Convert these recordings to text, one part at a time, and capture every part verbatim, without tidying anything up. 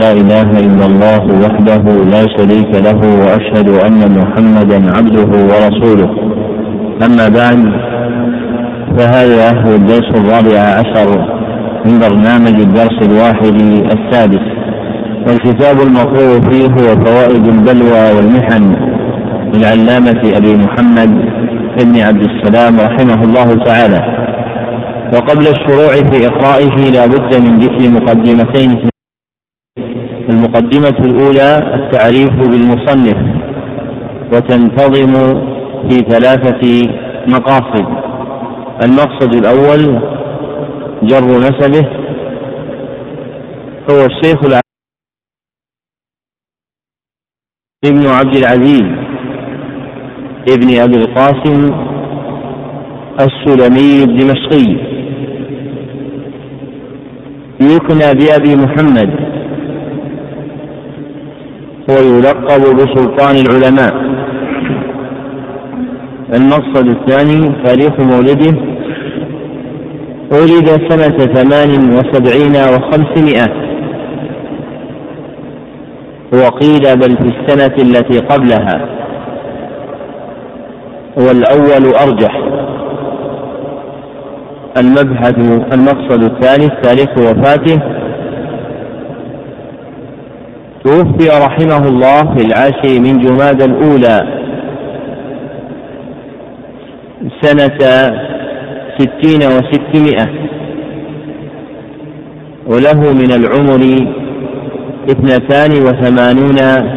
لا إله إلا الله وحده لا شريك له وأشهد أن محمدا عبده ورسوله. أما بعد، فهذا هو الدرس الرابع عشر من برنامج الدرس الواحد السادس، والكتاب المقروء فيه هو فوائد البلوى والمحن للعلامة أبي محمد ابن عبد السلام رحمه الله تعالى. وقبل الشروع في إقرائه لا بد من ذكر مقدمتين. المقدمة الأولى التعريف بالمصنف، وتنتظم في ثلاثة مقاصد. المقصد الأول جر نسبه، هو الشيخ ابن عبد العزيز ابن أبي القاسم السلمي الدمشقي، يكنى بأبي محمد، ويلقب بسلطان العلماء. المقصد الثاني تاريخ مولده، ولد سنة ثمان وسبعين وخمسمائة، وقيل بل في السنة التي قبلها، والأول أرجح. المبحث المقصد الثالث تاريخ وفاته، توفي رحمه الله في العاشر من جمادى الأولى سنة ستين وستمائة، وله من العمر اثنتان وثمانون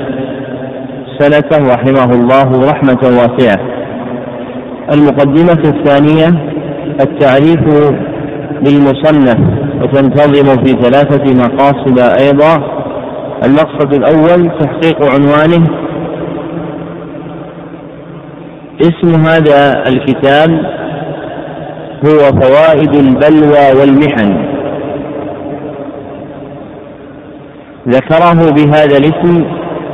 سنة رحمه الله رحمة واسعة. المقدمة الثانية التعريف بالمصنف، وتنتظم في ثلاثة مقاصد أيضا. المقصد الأول تحقيق عنوانه. اسم هذا الكتاب هو فوائد البلوى والمحن، ذكره بهذا الاسم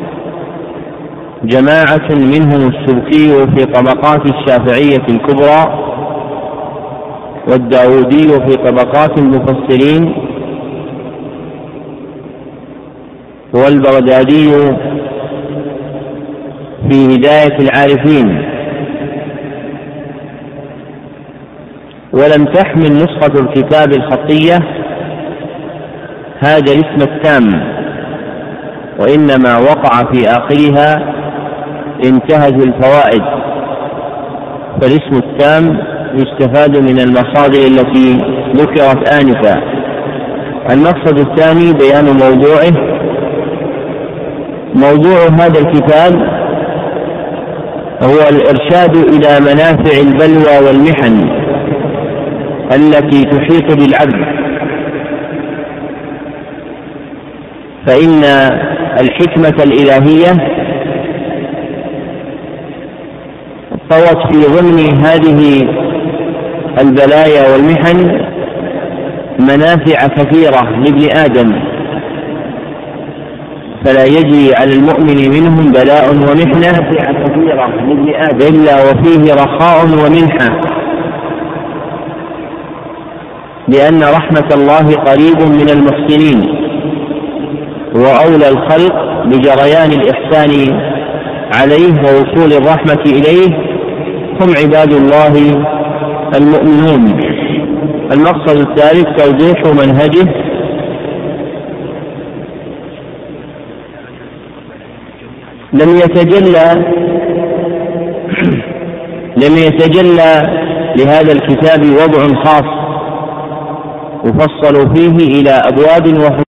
جماعة منهم السبكي في طبقات الشافعية الكبرى، والداودي في طبقات المفسرين، والبغدادي في هداية العارفين. ولم تحمل نسخة الكتاب الخطية هذا الاسم التام، وإنما وقع في آخرها انتهت الفوائد، فالاسم التام يستفاد من المصادر التي ذكرت آنفا. المقصد الثاني بيان موضوعه. موضوع هذا الكتاب هو الإرشاد إلى منافع البلوى والمحن التي تحيط بالعبد، فإن الحكمة الإلهية طوت في ضمن هذه البلايا والمحن منافع كثيرة لابن آدم، فلا يجري على المؤمن منهم بلاء ومحنة كثيرة لابن آدم إلا وفيه رخاء ومنحة، لأن رحمة الله قريب من المحسنين، وأولى الخلق بجريان الإحسان عليه ووصول الرحمة إليه هم عباد الله المؤمنون. المقصد الثالث توضيح منهجه. لم يتجلى لم يتجلى لهذا الكتاب وضع خاص يفصل فيه إلى أبواب وفصول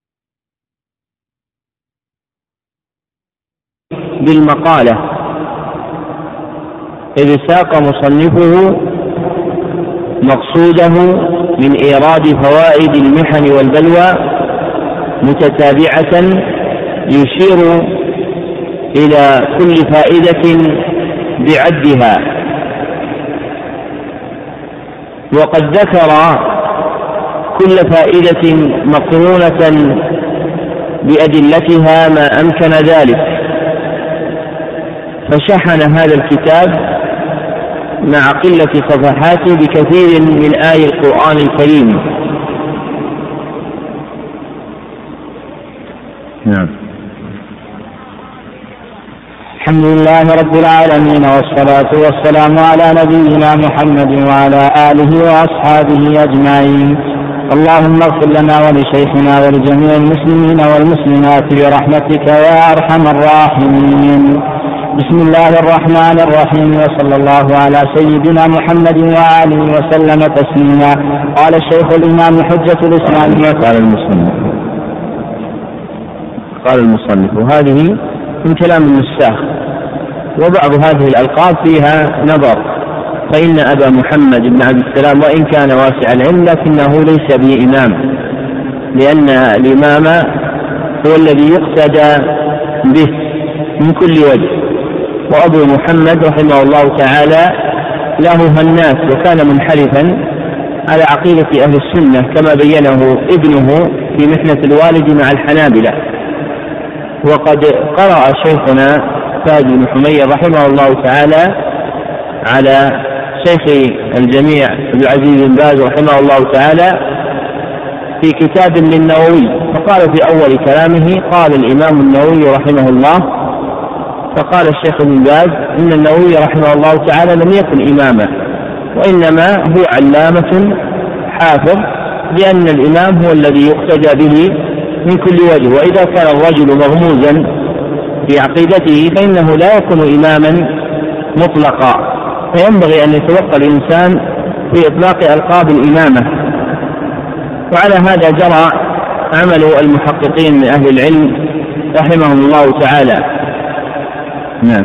بالمقالة، إذ ساق مصنفه مقصوده من إيراد فوائد المحن والبلوى متتابعة يشير إلى كل فائدة بعدها. وقد ذكر كل فائدة مقرونة بأدلتها ما أمكن ذلك، فشحن هذا الكتاب مع قلة صفحاته بكثير من آي القرآن الكريم. نعم. الحمد لله رب العالمين، والصلاة والسلام على نبينا محمد وعلى آله وأصحابه أجمعين. اللهم اغفر لنا ولشيخنا ولجميع المسلمين والمسلمات برحمتك يا أرحم الراحمين. بسم الله الرحمن الرحيم، وصلى الله على سيدنا محمد وآله وسلم تسليما. قال الشيخ الإمام حجة الإسلام قال المصنف قال المصنف وهذه من كلام النساخ، وبعض هذه الألقاب فيها نظر، فإن أبا محمد بن عبد السلام وإن كان واسع العلم لكنه ليس بإمام، لأن الإمام هو الذي يقتدى به من كل وجه. وأبو محمد رحمه الله تعالى له الناس، وكان منحرفا على عقيدة أهل السنة كما بينه ابنه في محنة الوالد مع الحنابلة. وقد قرأ شيخنا فهد بن حمير رحمه الله تعالى على شيخ الجميع عبد العزيز بن باز رحمه الله تعالى في كتاب للنووي، فقال في أول كلامه: قال الإمام النووي رحمه الله. فقال الشيخ ابن باز إن النووي رحمه الله تعالى لم يكن إماما، وإنما هو علامة حافظ، لأن الإمام هو الذي يقتدى به من كل وجه. وإذا كان الرجل مغموزا في عقيدته فإنه لا يكون إماما مطلقا، فينبغي أن يتوقع الإنسان في إطلاق ألقاب الإمامة. وعلى هذا جرى عمل المحققين من أهل العلم رحمهم الله تعالى. نعم.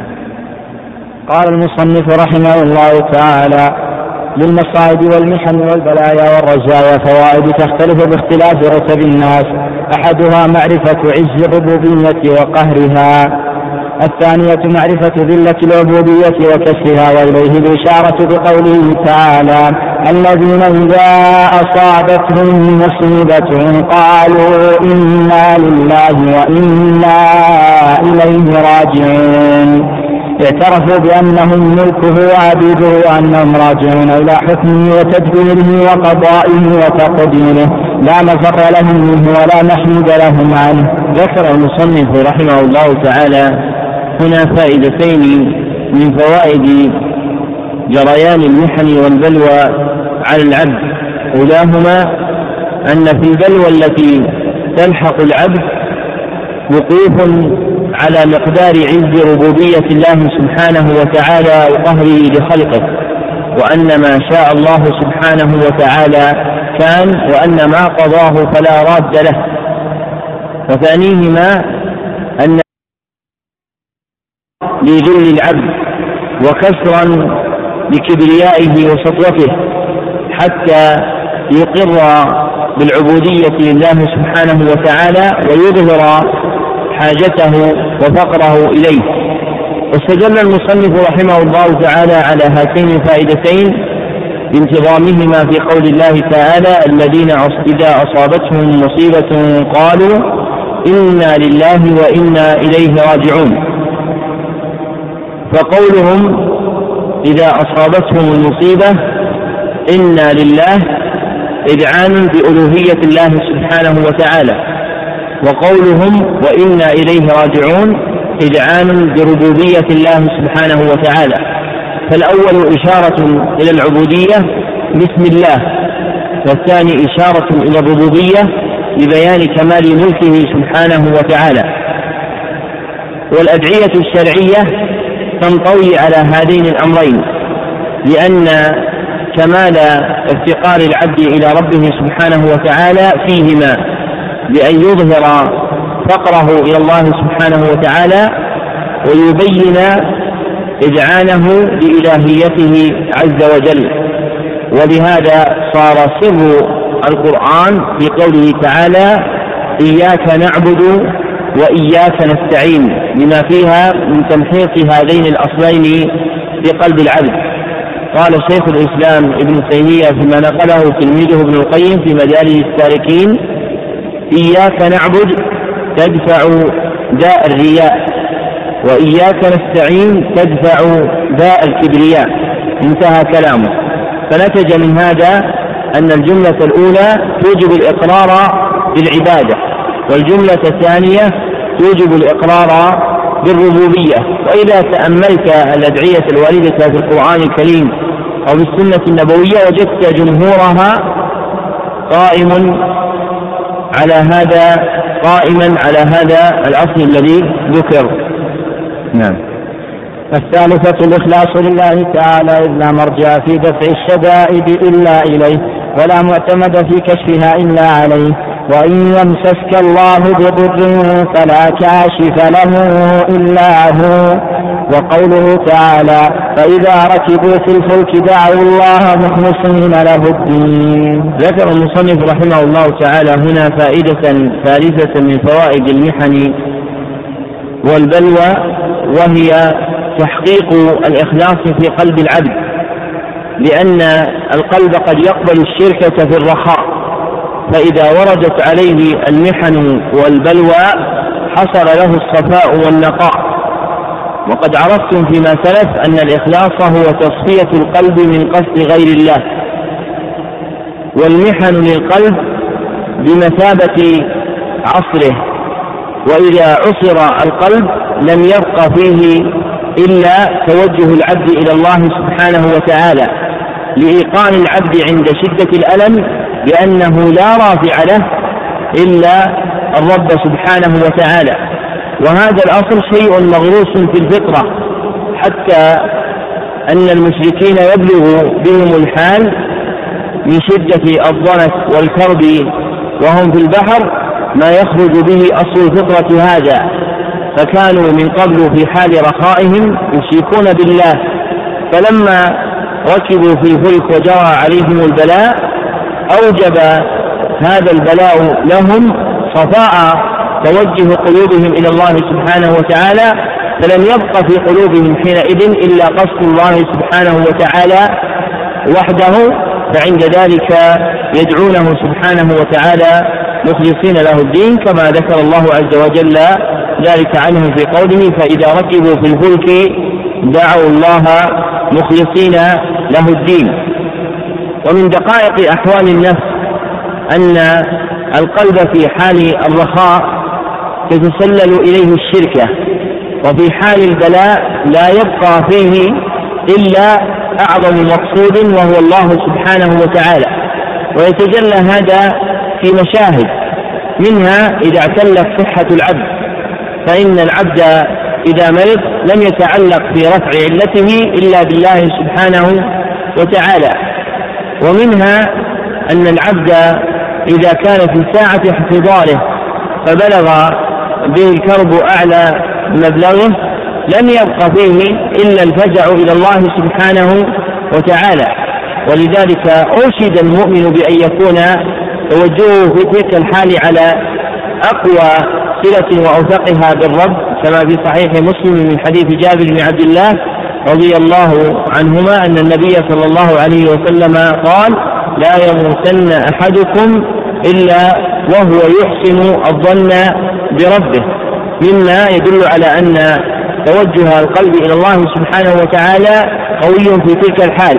قال المصنف رحمه الله تعالى: للمصائب والمحن والبلايا والرزايا فوائد تختلف باختلاف رتب الناس. أحدها معرفة عز الربوبية وقهرها، الثانية معرفة ذلة العبودية وكسرها، وإليه الإشارة بقوله تعالى: الذين إذا أصابتهم مصيبة قالوا إنا لله وإنا إليه راجعون، اعترفوا بأنهم ملكه وعبيده وأنهم راجعون إلى حكمه وتدبيره وقضائه وتقديره، لا مفر لهم منه ولا محمود لهم عنه. ذكر المصنف رحمه الله تعالى هنا فائدتين من فوائد جريان المحن والبلوى على العبد. أولاهما أن في البلوى التي تلحق العبد وقوف على مقدار عز ربوبية الله سبحانه وتعالى وقهره لخلقه، وأن ما شاء الله سبحانه وتعالى كان، وأن ما قضاه فلا راد له. وثانيهما أن لذل العبد وكسرا لكبريائه وسطوته حتى يقر بالعبودية لله سبحانه وتعالى ويظهر حاجته وفقره إليه. واستدل المصنف رحمه الله تعالى على هاتين الفائدتين بانتظامهما في قول الله تعالى: الذين إذا أصابتهم مصيبة قالوا إنا لله وإنا إليه راجعون. فقولهم إذا أصابتهم المصيبة إنا لله إذعان بألوهية الله سبحانه وتعالى، وقولهم وإنا إليه راجعون إذعان بربوبية الله سبحانه وتعالى. فالأول إشارة إلى العبودية باسم الله، والثاني إشارة إلى الربوبية لبيان كمال ملكه سبحانه وتعالى. والأدعية الشرعية تنطوي على هذين الأمرين، لأن كمال افتقار العبد إلى ربه سبحانه وتعالى فيهما، بأن يظهر فقره إلى الله سبحانه وتعالى ويبين إذعانه لإلهيته عز وجل. ولهذا صار سر القرآن في قوله تعالى: إياك نعبد وإياك نستعين، لما فيها من تمحيص هذين الأصلين في قلب العبد. قال شيخ الإسلام ابن تيمية فيما نقله تلميذه ابن القيم في مدارج السالكين: إياك نعبد تدفع داء الرياء، وإياك نستعين تدفع داء الكبرياء. انتهى كلامه. فنتج من هذا أن الجملة الأولى توجب الإقرار بالعبادة، والجملة الثانية توجب الإقرار بالربوبية. وإذا تأملت الأدعية الواردة في القرآن الكريم أو في السنة النبوية وجدت جمهورها قائم على هذا قائما على هذا الأصل الذي ذكر. نعم. الثالثة الإخلاص لله تعالى، إذ لا مرجع في دفع الشدائد إلا إليه، ولا معتمد في كشفها إلا عليه. وإن يمسسك الله بضر فلا كاشف له إلا هو. وقوله تعالى: فإذا ركبوا في الفلك دعوا الله مخلصين له الدين. ذكر المصنف رحمه الله تعالى هنا فائدة ثالثة من فوائد المحن والبلوى، وهي تحقيق الإخلاص في قلب العبد، لأن القلب قد يقبل الشركة في الرخاء، فإذا وردت عليه المحن والبلوى حصل له الصفاء والنقاء. وقد عرفتم فيما سلف أن الإخلاص هو تصفية القلب من قصد غير الله، والمحن للقلب بمثابة عصره، وإذا عصر القلب لم يبق فيه إلا توجه العبد إلى الله سبحانه وتعالى، لإيقان العبد عند شدة الألم بأنه لا رافع له إلا الرب سبحانه وتعالى. وهذا الأصل شيء مغروس في الفطرة، حتى أن المشركين يبلغ بهم الحال من شدة الضنك والكرب وهم في البحر ما يخرج به أصل الفطرة هذا، فكانوا من قبل في حال رخائهم يشركون بالله، فلما ركبوا في الفلك وجرى عليهم البلاء أوجب هذا البلاء لهم صفاء توجه قلوبهم إلى الله سبحانه وتعالى، فلم يبق في قلوبهم حينئذ إلا قصد الله سبحانه وتعالى وحده، فعند ذلك يدعونه سبحانه وتعالى مخلصين له الدين، كما ذكر الله عز وجل ذلك عنهم في قوله: فإذا ركبوا في الفلك دعوا الله مخلصين له الدين. ومن دقائق أحوال النفس أن القلب في حال الرخاء تتسلل إليه الشركة، وفي حال البلاء لا يبقى فيه إلا أعظم مقصود وهو الله سبحانه وتعالى، ويتجلى هذا في مشاهد، منها إذا اعتلت صحة العبد، فإن العبد إذا مرض لم يتعلق في رفع علته إلا بالله سبحانه وتعالى. ومنها أن العبد إذا كان في ساعة احتضاره فبلغ به الكرب أعلى مبلغه لم يبق فيه إلا الفزع إلى الله سبحانه وتعالى، ولذلك أرشد المؤمن بأن يكون توجهه في تلك الحال على أقوى صلة وأوثقها بالرب، كما في صحيح مسلم من حديث جابر بن عبد الله رضي الله عنهما أن النبي صلى الله عليه وسلم قال: لا يموتن أحدكم إلا وهو يحسن الظن بربه، مما يدل على أن توجه القلب إلى الله سبحانه وتعالى قوي في تلك الحال،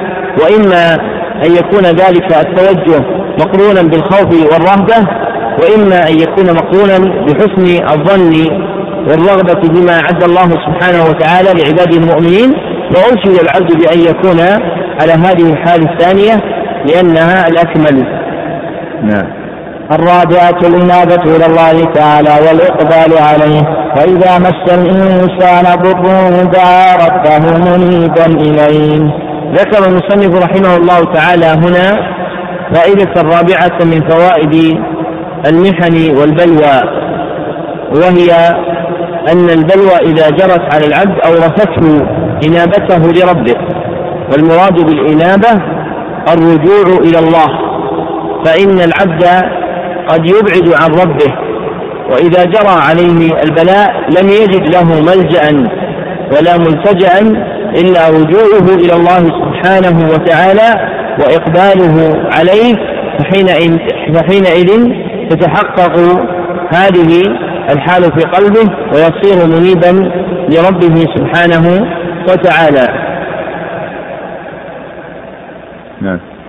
وإما أن يكون ذلك التوجه مقرونا بالخوف والرهبة، وإما أن يكون مقرونا بحسن الظن والرغبة بما أعد الله سبحانه وتعالى لعباده المؤمنين. وأرشد العبد بأن يكون على هذه الحال الثانية لأنها الأكمل. نعم. الرابعة الإنابة إلى الله تعالى والإقبال عليه، وإذا مس الإنسان ضر دعا ربه منيبا إليه. ذكر المصنف رحمه الله تعالى هنا فائدة الرابعة من فوائد المحن والبلوى، وهي أن البلوى إذا جرت على العبد أورثته إنابته لربه، والمراد بالإنابة الرجوع إلى الله، فإن العبد قد يبعد عن ربه، وإذا جرى عليه البلاء لم يجد له ملجأ ولا ملتجأ إلا رجوعه إلى الله سبحانه وتعالى وإقباله عليه، فحينئذ, فحينئذ تتحقق هذه الحال في قلبه ويصير منيبا لربه سبحانه وتعالى. نعم.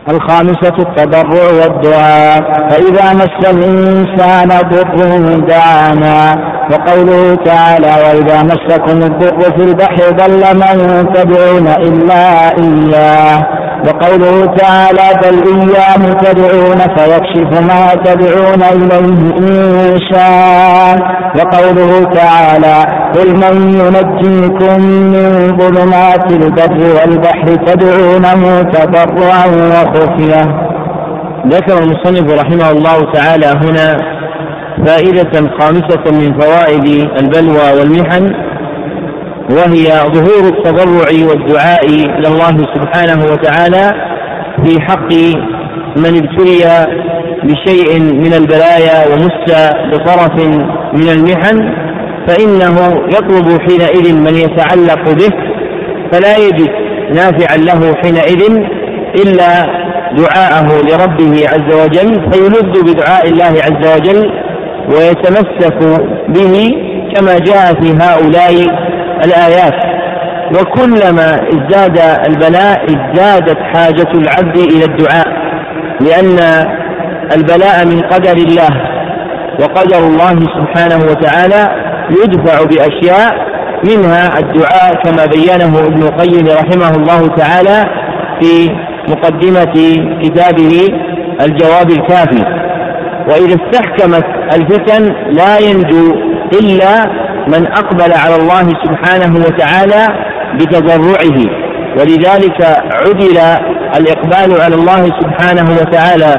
الخامسة التضرع والدعاء، فإذا مس الإنسان ضر دعانا. وقوله تعالى: وإذا مسكم الضر في البحر ضل من تدعون إلا إياه. وقوله تعالى: بل إياه تدعون فيكشف ما تدعون إليه إن شاء. وقوله تعالى: قل من ينجيكم من ظلمات البر والبحر تدعونه تضرعا وخفية. ذكر المصنف رحمه الله تعالى هنا فائدة خامسة من فوائد البلوى والمحن، وهي ظهور التضرع والدعاء إلى الله سبحانه وتعالى في حق من ابتلي بشيء من البلايا ومس بطرف من المحن، فإنه يطلب حينئذ من يتعلق به، فلا يجد نافعا له حينئذ إلا دعاءه لربه عز وجل، فيلذ بدعاء الله عز وجل ويتمسك به كما جاء في هؤلاء الآيات. وكلما ازداد البلاء ازدادت حاجة العبد إلى الدعاء، لأن البلاء من قدر الله، وقدر الله سبحانه وتعالى يدفع بأشياء منها الدعاء كما بينه ابن القيم رحمه الله تعالى في مقدمة كتابه الجواب الكافي. وإذا استحكمت الفتن لا ينجو إلا من أقبل على الله سبحانه وتعالى بتضرعه، ولذلك عدل الإقبال على الله سبحانه وتعالى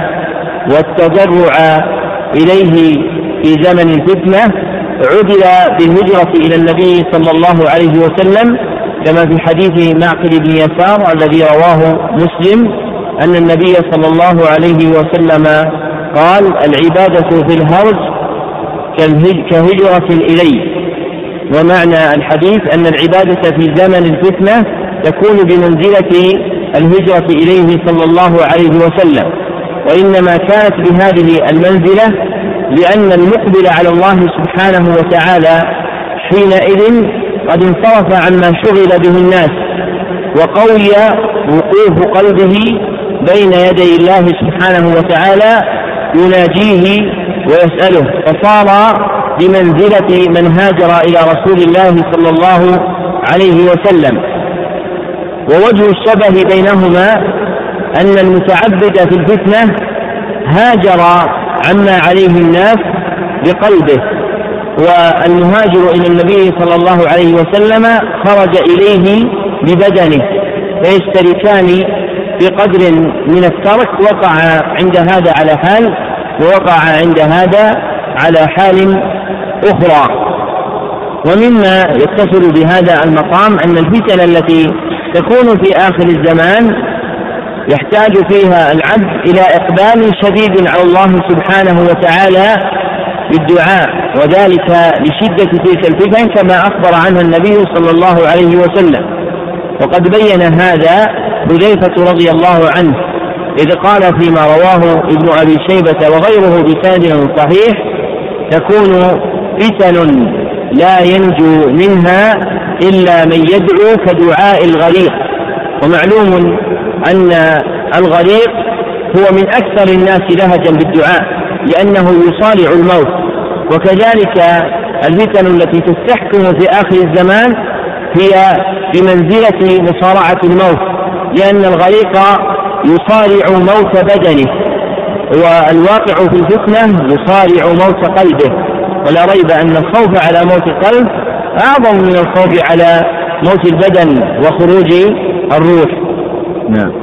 والتضرع إليه في زمن الفتنة عدل بالهجرة إلى النبي صلى الله عليه وسلم، كما في حديث معقل بن يسار الذي رواه مسلم أن النبي صلى الله عليه وسلم قال: العبادة في الهرج كهجرة إليه. ومعنى الحديث أن العبادة في زمن الفتنة تكون بمنزلة الهجرة إليه صلى الله عليه وسلم، وإنما كانت بهذه المنزلة لأن المقبل على الله سبحانه وتعالى حينئذ قد انصرف عما شغل به الناس، وقوي وقوف قلبه بين يدي الله سبحانه وتعالى يناجيه ويسأله، فصار بمنزلة من هاجر إلى رسول الله صلى الله عليه وسلم. ووجه الشبه بينهما أن المتعبد في الفتنة هاجر عما عليه الناس بقلبه، والمهاجر إلى النبي صلى الله عليه وسلم خرج إليه ببدنه، فيشتركان بقدر من الترك، وقع عند هذا على حال ووقع عند هذا على حال أخرى. ومما يتصل بهذا المقام أن الفتن التي تكون في آخر الزمان يحتاج فيها العبد إلى إقبال شديد على الله سبحانه وتعالى بالدعاء، وذلك لشدة تلك الفتن كما أخبر عنها النبي صلى الله عليه وسلم. وقد بين هذا حذيفة رضي الله عنه إذ قال فيما رواه ابن أبي شيبة وغيره بسند صحيح: تكون فتن لا ينجو منها إلا من يدعو كدعاء الغريق. ومعلوم أن الغريق هو من أكثر الناس لهجا بالدعاء لأنه يصارع الموت، وكذلك الفتن التي تستحكم في آخر الزمان هي بمنزلة مصارعة الموت، لأن الغريق يصارع موت بدنه، والواقع في الفتنة يصارع موت قلبه. ولا ريب أن الخوف على موت القلب أعظم من الخوف على موت البدن وخروج الروح. نعم.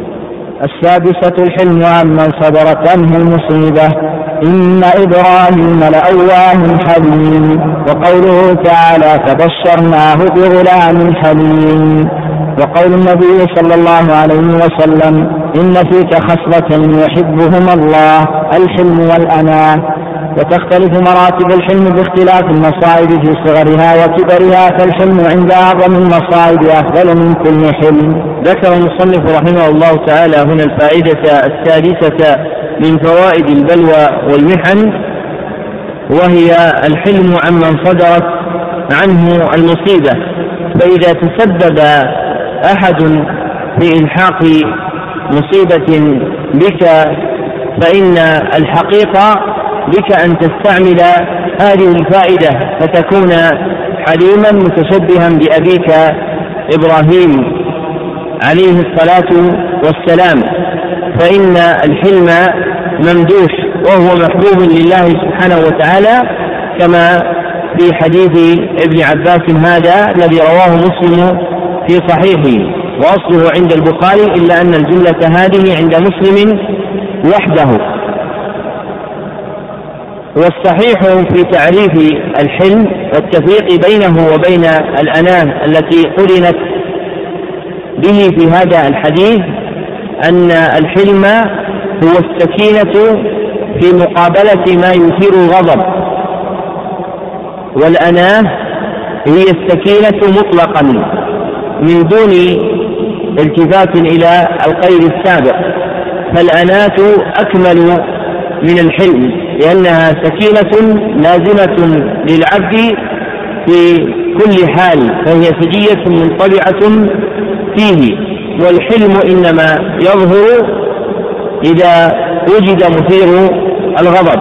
السادسة الحلم عمن صدرت عنه المصيبة، إن إبراهيم لأواه حليم. وقوله تعالى: فبشرناه بغلام حليم. وقول النبي صلى الله عليه وسلم: إن فيك خصلة يحبهما الله، الحلم والأناة. وتختلف مراتب الحلم باختلاف المصائب في صغرها وكبرها، فالحلم عند أعظم المصائب أفضل من كل حلم. ذكر المصنف رحمه الله تعالى هنا الفائدة السادسة من فوائد البلوى والمحن، وهي الحلم عمن صدرت عنه المصيبة. فإذا تسبب أحد في إلحاق مصيبة بك فإن الحقيقة بك أن تستعمل هذه الفائدة فتكون حليما متشبها بأبيك إبراهيم عليه الصلاة والسلام، فإن الحلم ممدوح وهو محبوب لله سبحانه وتعالى، كما في حديث ابن عباس هذا الذي رواه مسلم في صحيحه وأصله عند البخاري، إلا أن الجملة هذه عند مسلم وحده. والصحيح في تعريف الحلم والتفريق بينه وبين الأناة التي قرنت به في هذا الحديث أن الحلم هو السكينة في مقابلة ما يثير الغضب، والأناة هي السكينة مطلقا من دون التفات إلى القيد السابق، فالأناة أكمل من الحلم لأنها سكينة لازمة للعبد في كل حال، فهي سجية منطبعة فيه، والحلم إنما يظهر إذا وجد مثير الغضب.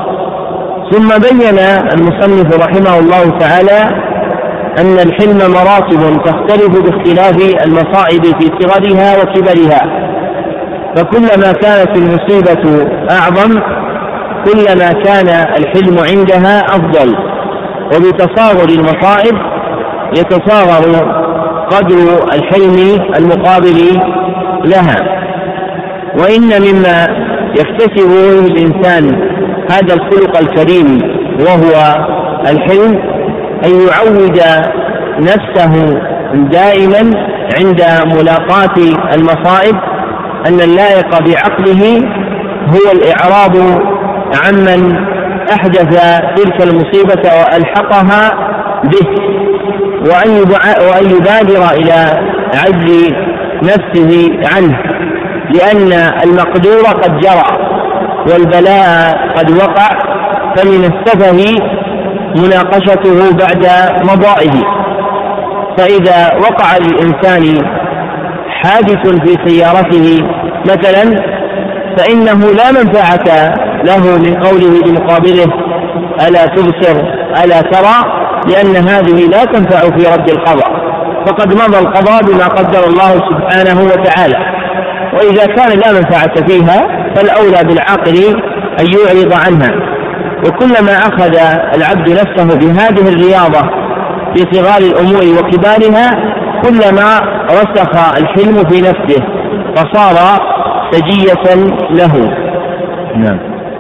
ثم بين المصنف رحمه الله تعالى أن الحلم مراتب تختلف باختلاف المصائب في صغرها وكبرها، فكلما كانت المصيبة أعظم كلما كان الحلم عندها أفضل، وبتصاغر المصائب يتصاغر قدر الحلم المقابل لها. وإن مما يكتسبه الإنسان هذا الخلق الكريم وهو الحلم أن يعود نفسه دائما عند ملاقاة المصائب أن اللائق بعقله هو الإعراض عمن أحدث تلك المصيبة وألحقها به، وأن يبادر إلى عزل نفسه عنه، لأن المقدور قد جرى والبلاء قد وقع، فمن السفه مناقشته بعد مضائه. فإذا وقع للإنسان حادث في سيارته مثلا فإنه لا منفعة له من قوله لمقابله ألا تبصر ألا ترى، لأن هذه لا تنفع في رد القضاء، فقد مضى القضاء بما قدر الله سبحانه وتعالى. وإذا كان لا منفعة فيها فالأولى بالعاقل أن يعرض عنها. وكلما أخذ العبد نفسه بهذه الرياضة في صغار الأمور وكبارها كلما رسخ الحلم في نفسه فصار سجية له. نعم.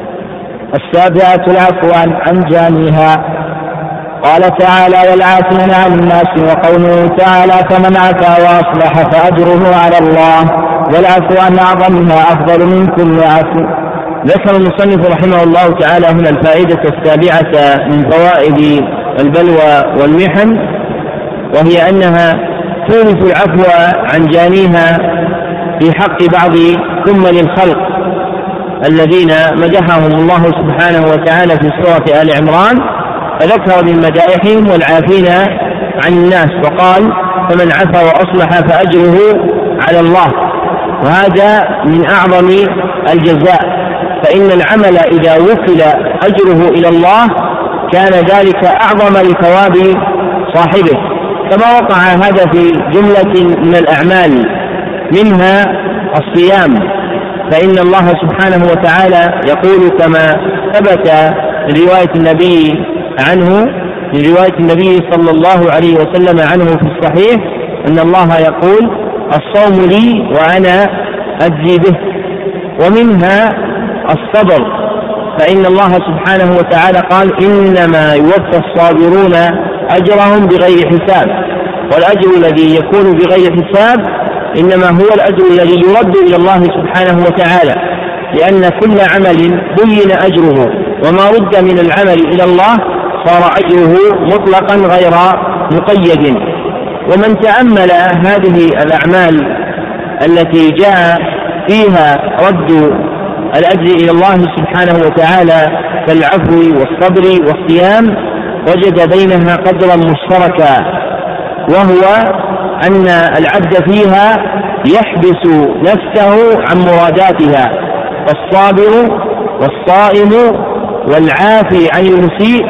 السابعة العفو عن جانيها. قال تعالى والعافين عن الناس، وقوله تعالى فمن عفا وأصلح فأجره على الله، والعفو عن أعظمها أفضل من كل عفو. ذكر المصنف رحمه الله تعالى هنا الفائدة السابعة من فوائد البلوى والمحن، وهي أنها تورث العفو عن جانيها في حق بعض كمل الخلق الذين مدحهم الله سبحانه وتعالى في سورة آل عمران، فذكر من مدائحهم والعافين عن الناس، وقال فمن عفا وأصلح فأجره على الله، وهذا من أعظم الجزاء، فإن العمل إذا وكل أجره إلى الله كان ذلك أعظم لثواب صاحبه، كما وقع هذا في جملة من الأعمال منها الصيام، فإن الله سبحانه وتعالى يقول كما ثبت رواية النبي عنه من رواية النبي صلى الله عليه وسلم عنه في الصحيح أن الله يقول الصوم لي وأنا أجزي به. ومنها الصبر، فإن الله سبحانه وتعالى قال إنما يوفى الصابرون أجرهم بغير حساب، والأجر الذي يكون بغير حساب إنما هو الأجر الذي يرد إلى الله سبحانه وتعالى، لأن كل عمل بين أجره، وما رد من العمل إلى الله صار أجره مطلقا غير مقيد. ومن تأمل هذه الأعمال التي جاء فيها رد الأجر إلى الله سبحانه وتعالى كالعفو والصبر والصيام وجد بينها قدرا مشتركا، وهو أن العبد فيها يحبس نفسه عن مراداتها. فالصابر والصائم والعافي عن المسيء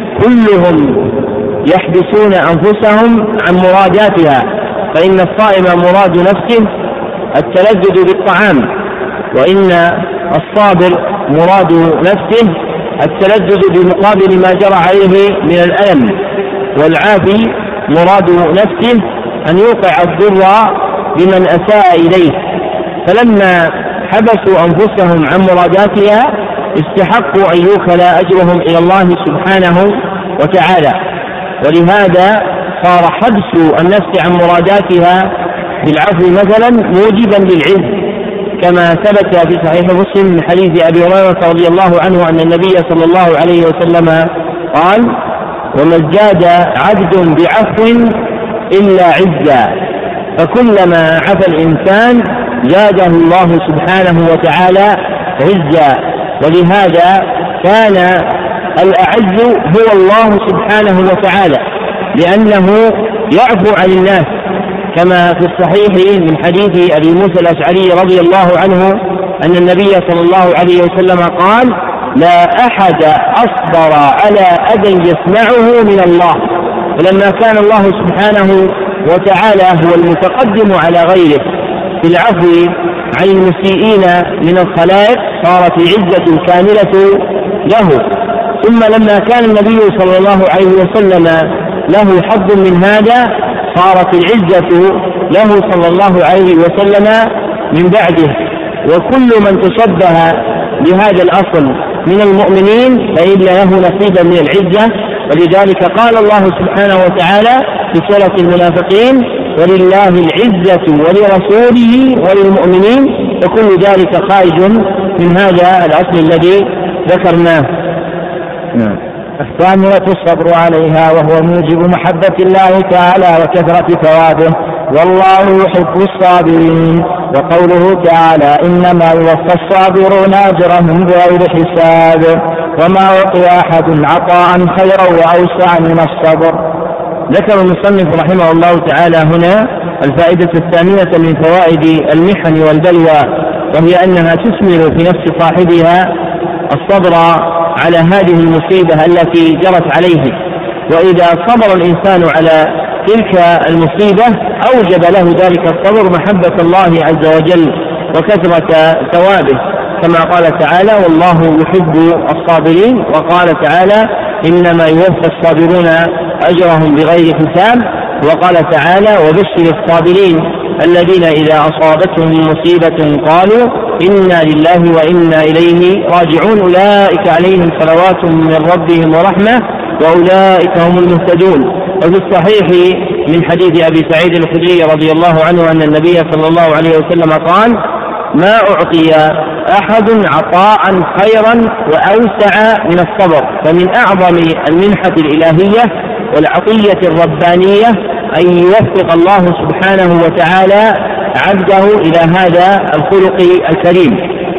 كلهم يحبسون أنفسهم عن مراداتها، فإن الصائم مراد نفسه التلذذ بالطعام، وإن الصابر مراد نفسه التلذذ بمقابل ما جرى عليه من الألم، والعافي مراد نفسه أن يوقع الضر بمن أساء إليه. فلما حبسوا أنفسهم عن مراداتها استحقوا أن يوكل أجرهم إلى الله سبحانه وتعالى. ولهذا صار حبس النفس عن مراداتها بالعفو مثلا موجبا للعز، كما ثبت في صحيح مسلم من حديث أبي هريرة رضي الله عنه أن النبي صلى الله عليه وسلم قال: وما ازداد عبد بعفو إلا عزا، فكلما عفى الإنسان زاده الله سبحانه وتعالى عزا. ولهذا كان الأعز هو الله سبحانه وتعالى، لأنه يعفو عن الناس، كما في الصحيح من حديث أبي موسى الأشعري رضي الله عنه أن النبي صلى الله عليه وسلم قال: لا أحد أصبر على أذى يسمعه من الله. فلما كان الله سبحانه وتعالى هو المتقدم على غيره في العفو عن المسيئين من الخلائق صارت العزة الكاملة له. ثم لما كان النبي صلى الله عليه وسلم له حظ من هذا صارت العزة له صلى الله عليه وسلم من بعده. وكل من تشبه بهذا الأصل من المؤمنين فإن له نصيبا من العزة. ولذلك قال الله سبحانه وتعالى في سورة المنافقين: ولله العزة ولرسوله وللمؤمنين، وكل ذلك خارج من هذا الأصل الذي ذكرناه. نعم. الثامنة الصبر عليها، وهو موجب محبة الله تعالى وكثرة ثوابه، والله يحب الصابرين. وقوله تعالى: إنما يوفى الصابرون أجرهم بغير حساب، وما أعطي أحد عطاء خيرا وأوسع من الصبر. ذكر المصنف رحمه الله تعالى هنا الفائدة الثامنة من فوائد المحن والبلوى، وهي أنها تثمر في نفس صاحبها الصبر على هذه المصيبة التي جرت عليه. وإذا صبر الإنسان على تلك المصيبة أوجب له ذلك الصبر محبة الله عز وجل وكثرة ثوابه، كما قال تعالى: والله يحب الصابرين. وقال تعالى: إنما يوفى الصابرون أجرهم بغير حساب. وقال تعالى: وبشر الصابرين الذين إذا أصابتهم مصيبة قالوا إنا لله وإنا إليه راجعون، أولئك عليهم صلوات من ربهم ورحمة وأولئك هم المهتدون. وفي الصحيح من حديث أبي سعيد الخدري رضي الله عنه أن النبي صلى الله عليه وسلم قال: ما أعطي أحد عطاء خيرا وأوسع من الصبر. فمن أعظم المنحة الإلهية والعطية الربانية أن يوفق الله سبحانه وتعالى عبده إلى هذا الخلق الكريم.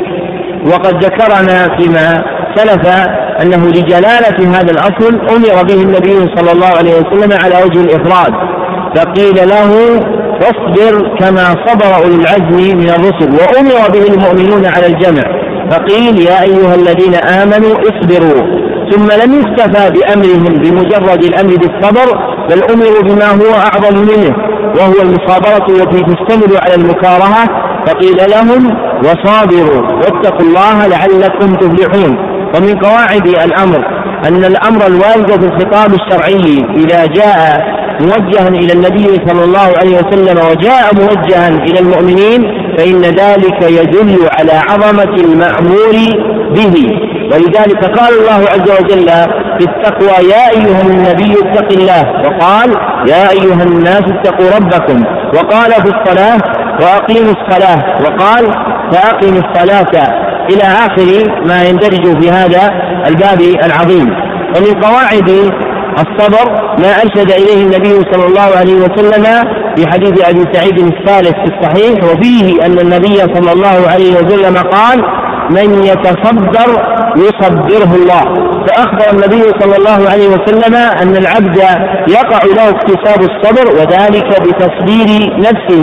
وقد ذكرنا فيما سلف أنه لجلالة هذا الأصل أمر به النبي صلى الله عليه وسلم على وجه الإفراد، فقيل له: فاصبر كما صبر أولو العزم من الرسل. وأمر به المؤمنون على الجمع، فقيل: يا أيها الذين آمنوا اصبروا. ثم لم يكتفى بأمرهم بمجرد الأمر بالصبر، بل أمروا بما هو أعظم منه، وهو المصابرة التي تشتمل على المكارهة، فقيل لهم: وصابروا واتقوا الله لعلكم تفلحون. ومن قواعد الأمر أن الأمر الوارد في الخطاب الشرعي إذا جاء موجها إلى النبي صلى الله عليه وسلم وجاء موجها إلى المؤمنين فإن ذلك يدل على عظمة المأمور به. ولذلك قال الله عز وجل في التقوى: يا أيها النبي اتق الله. وقال: يا أيها الناس اتقوا ربكم. وقال في الصلاة: وأقيموا الصلاة. وقال: فأقم الصلاة، إلى آخر ما يندرج في هذا الباب العظيم. ومن قواعد الصبر ما أرشد إليه النبي صلى الله عليه وسلم في حديث أبي سعيد الثالث في الصحيح، وفيه أن النبي صلى الله عليه وسلم قال: من يتصبر يصبره الله. فأخبر النبي صلى الله عليه وسلم أن العبد يقع له اكتساب الصبر، وذلك بتصبير نفسه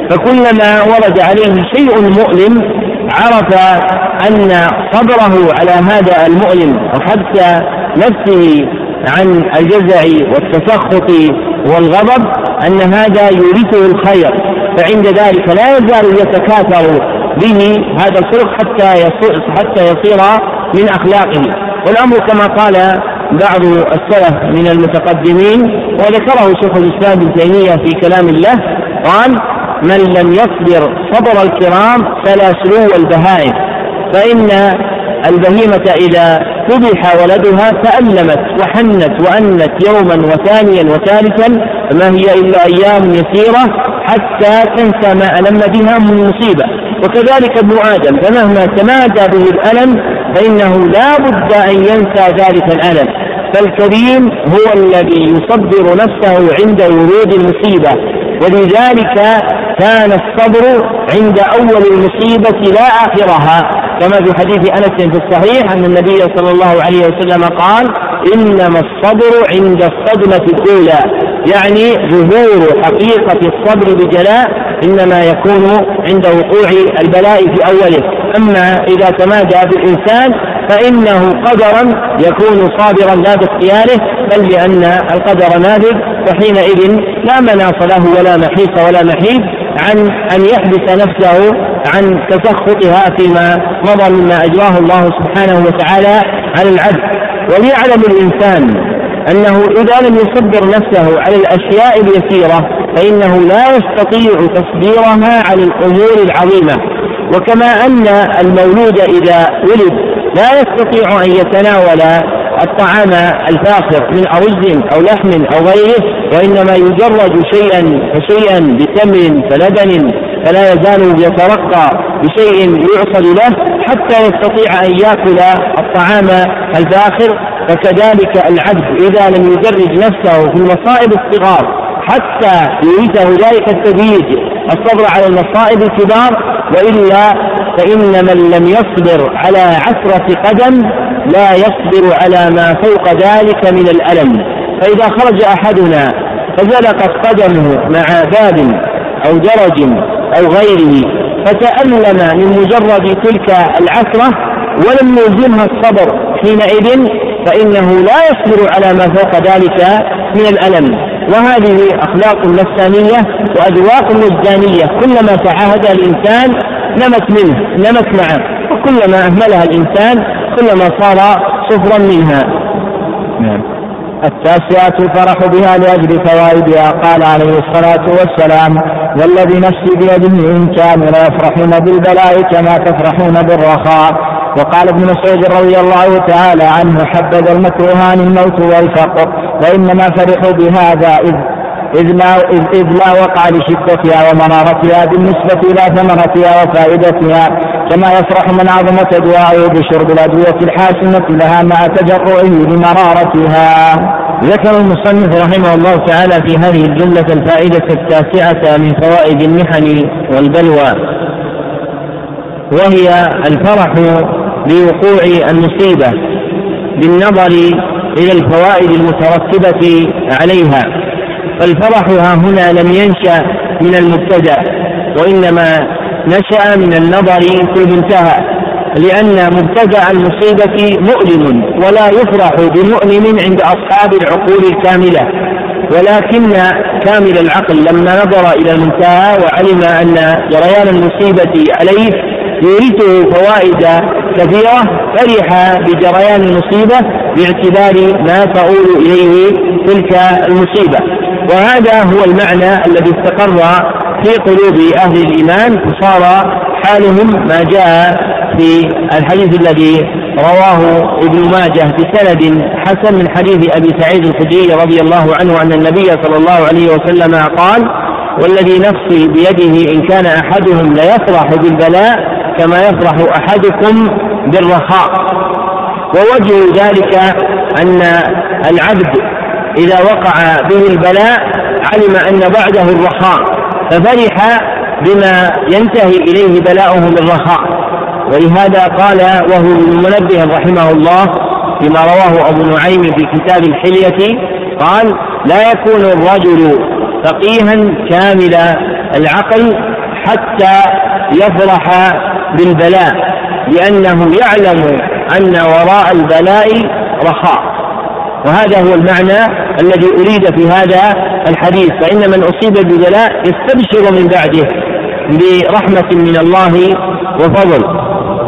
فكلما ورد عليه شيء مؤلم عرف أن صبره على هذا المؤلم وحبس نفسه عن الجزع والتسخط والغضب أن هذا يورثه الخير، فعند ذلك لا يزال يتكاثر به هذا الخلق حتى يصير, حتى يصير من أخلاقه. والأمر كما قال بعض السلف من المتقدمين وذكره شيخ الإسلام ابن تيمية في كلام الله، قال: من لم يصبر صبر الكرام فلا سلو البهائم، فإن البهيمة إذا ذبح ولدها تألمت وحنت وأنت يوما وثانيا وثالثا، فما هي إلا أيام يسيرة حتى تنسى ما ألم بها من مصيبة. وكذلك ابن آدم فمهما تمادى به الألم فإنه لا بد أن ينسى ذلك الألم. فالكريم هو الذي يصبر نفسه عند ورود المصيبة، ولذلك كان الصبر عند أول المصيبة لا آخرها، كما في حديث أنس في الصحيح أن النبي صلى الله عليه وسلم قال: إنما الصبر عند الصدمة الأولى، يعني ظهور حقيقة الصبر بجلاء إنما يكون عند وقوع البلاء في أوله. أما إذا تمادى بالإنسان فإنه قدرا يكون صابرا لا باختياره، بل لأن القدر نافذ، فحينئذ لا مناص له ولا محيص ولا محيد عن أن يحبس نفسه عن تسخطها فيما مضى مما أجراه الله سبحانه وتعالى على العبد. وليعلم الإنسان أنه إذا لم يصبر نفسه على الأشياء اليسيرة فإنه لا يستطيع تصبيرها على الأمور العظيمة. وكما أن المولود إذا ولد لا يستطيع أن يتناول الطعام الفاخر من أرز أو لحم أو غيره، وإنما يجرد شيئا فشيئا بتمر فلبن، فلا يزال يترقى بشيء يعصد له حتى يستطيع أن يأكل الطعام الفاخر. فكذلك العبد إذا لم يجرد نفسه في المصائب الصغار حتى يريده ذلك التدريج الصبر على المصائب الكبار، وإلا فإن من لم يصبر على عثرة قدم لا يصبر على ما فوق ذلك من الألم. فإذا خرج أحدنا فزلقت قدمه مع باب أو درج أو غيره فتألم من مجرد تلك العثرة ولم يلزمها الصبر حينئذ فإنه لا يصبر على ما فوق ذلك من الألم. وهذه أخلاق نفسانية وأذواق وجدانية، كلما تعاهد الإنسان نمت منه نمت معه، وكلما أهملها الإنسان كلما صار صفرا منها. نعم. التاسعة الفرح بها لأجل فوائدها. قال عليه الصلاة والسلام: والذي نفسي بيده إن كانوا لا يفرحون بالبلاء كما تفرحون بالرخاء. وقال ابن مسعود رضي الله تعالى عنه: حبذ المكروهان الموت والفقر، وإنما فرحوا بهذا إذ إذ لا, إذ, إذ لا وقع لشدتها ومرارتها بالنسبة إلى ثمرتها وفائدتها، كما يفرح من عظمت دعاءه بشرب الأدوية الحاسمة لها مع تجرعه لمرارتها. ذكر المصنف رحمه الله تعالى في هذه الجملة الفائدة التاسعة من فوائد المحن والبلوى، وهي الفرح بوقوع المصيبة بالنظر إلى الفوائد المترتبة عليها. فالفرح ها هنا لم ينشأ من المبتدأ، وإنما نشأ من النظر في المنتهى، لأن مبتدأ المصيبة مؤلم ولا يفرح بمؤلم عند أصحاب العقول الكاملة، ولكن كامل العقل لما نظر إلى المنتهى وعلم أن جريان المصيبة عليه يورثه فوائد كثيرة فرح بجريان المصيبة باعتبار ما تؤول إليه تلك المصيبة. وهذا هو المعنى الذي استقر في قلوب أهل الإيمان، فصار حالهم ما جاء في الحديث الذي رواه ابن ماجه بسند حسن من حديث أبي سعيد الخدري رضي الله عنه أن النبي صلى الله عليه وسلم قال: والذي نفسي بيده إن كان أحدهم ليفرح بالبلاء كما يفرح أحدكم بالرخاء. ووجه ذلك أن العبد إذا وقع به البلاء علم أن بعده الرخاء ففرح بما ينتهي إليه بلاؤه بالرخاء. ولهذا قال وهو المنبه رحمه الله فيما رواه أبو نعيم في كتاب الحلية قال: لا يكون الرجل فقيها كامل العقل حتى يفرح بالبلاء، لأنه يعلم أن وراء البلاء رخاء. وهذا هو المعنى الذي أريد في هذا الحديث. فإن من أصيب ببلاء يستبشر من بعده برحمة من الله وفضل.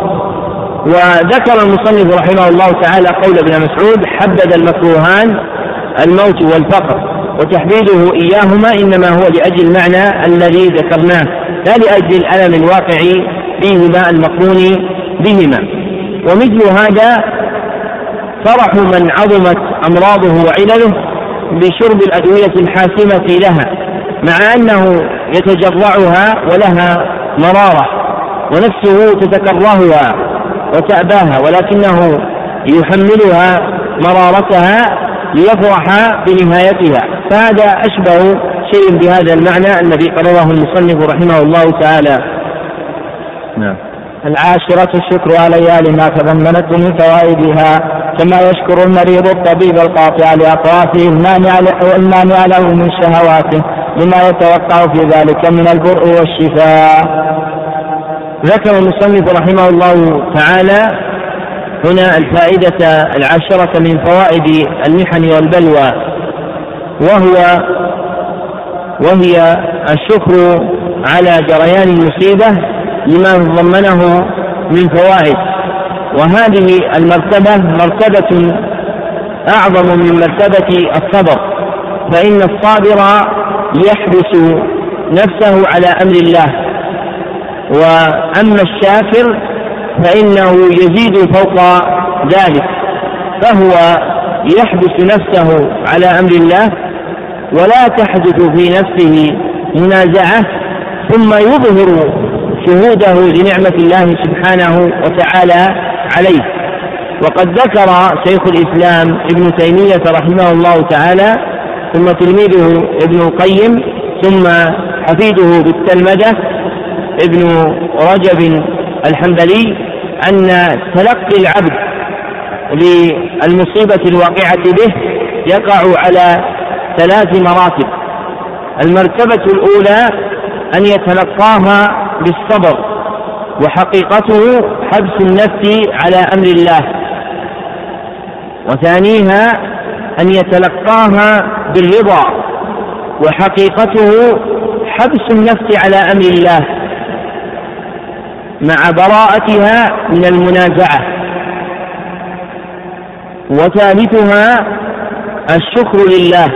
وذكر المصنف رحمه الله تعالى قول ابن مسعود: حبذ المكروهان الموت والفقر، وتحديده إياهما إنما هو لأجل المعنى الذي ذكرناه، لا لأجل الألم الواقع فيهما المقرون بهما. ومثل هذا فرح من عظمت أمراضه وعلله بشرب الأدوية الحاسمة لها، مع أنه يتجرعها ولها مرارة ونفسه تتكرهها وتأباها، ولكنه يحملها مرارتها ليفرح بنهايتها. فهذا أشبه شيء بهذا المعنى الذي قرره المصنف رحمه الله تعالى. نعم. العاشرة الشكر عليها لما تضمنت من فوائدها، كما يشكر المريض الطبيب القاطع لأطرافه المانع له من شهواته لما يتوقع في ذلك من البرء والشفاء. ذكر المصنف رحمه الله تعالى هنا الفائدة العاشرة من فوائد المحن والبلوى، وهو وهي الشكر على جريان المصيبة لما ضمنه من فوائد. وهذه المرتبة مرتبة أعظم من مرتبة الصبر، فإن الصابر يحبس نفسه على أمر الله، وأما الشاكر فإنه يزيد فوق ذلك، فهو يحبس نفسه على أمر الله ولا تحدث في نفسه منازعة، ثم يظهر شهوده لنعمة الله سبحانه وتعالى عليه. وقد ذكر شيخ الإسلام ابن تيمية رحمه الله تعالى، ثم تلميذه ابن القيم، ثم حفيده بالتلمذة ابن رجب الحنبلي، أن تلقي العبد للمصيبة الواقعة به يقع على ثلاث مراتب. المرتبة الأولى أن يتلقاها بالصبر، وحقيقته حبس النفس على أمر الله. وثانيها أن يتلقاها بالرضا، وحقيقته حبس النفس على أمر الله مع براءتها من المنازعة. وثالثها الشكر لله،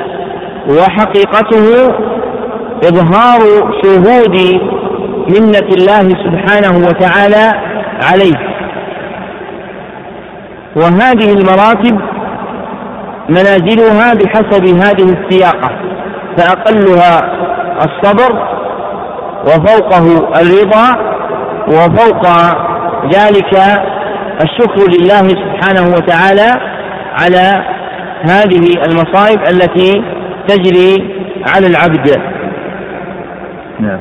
وحقيقته إظهار شهود منة الله سبحانه وتعالى عليه. وهذه المراتب منازلها بحسب هذه السياقة، فأقلها الصبر، وفوقه الرضا، وفوق ذلك الشكر لله سبحانه وتعالى على هذه المصائب التي تجري على العبد. نعم.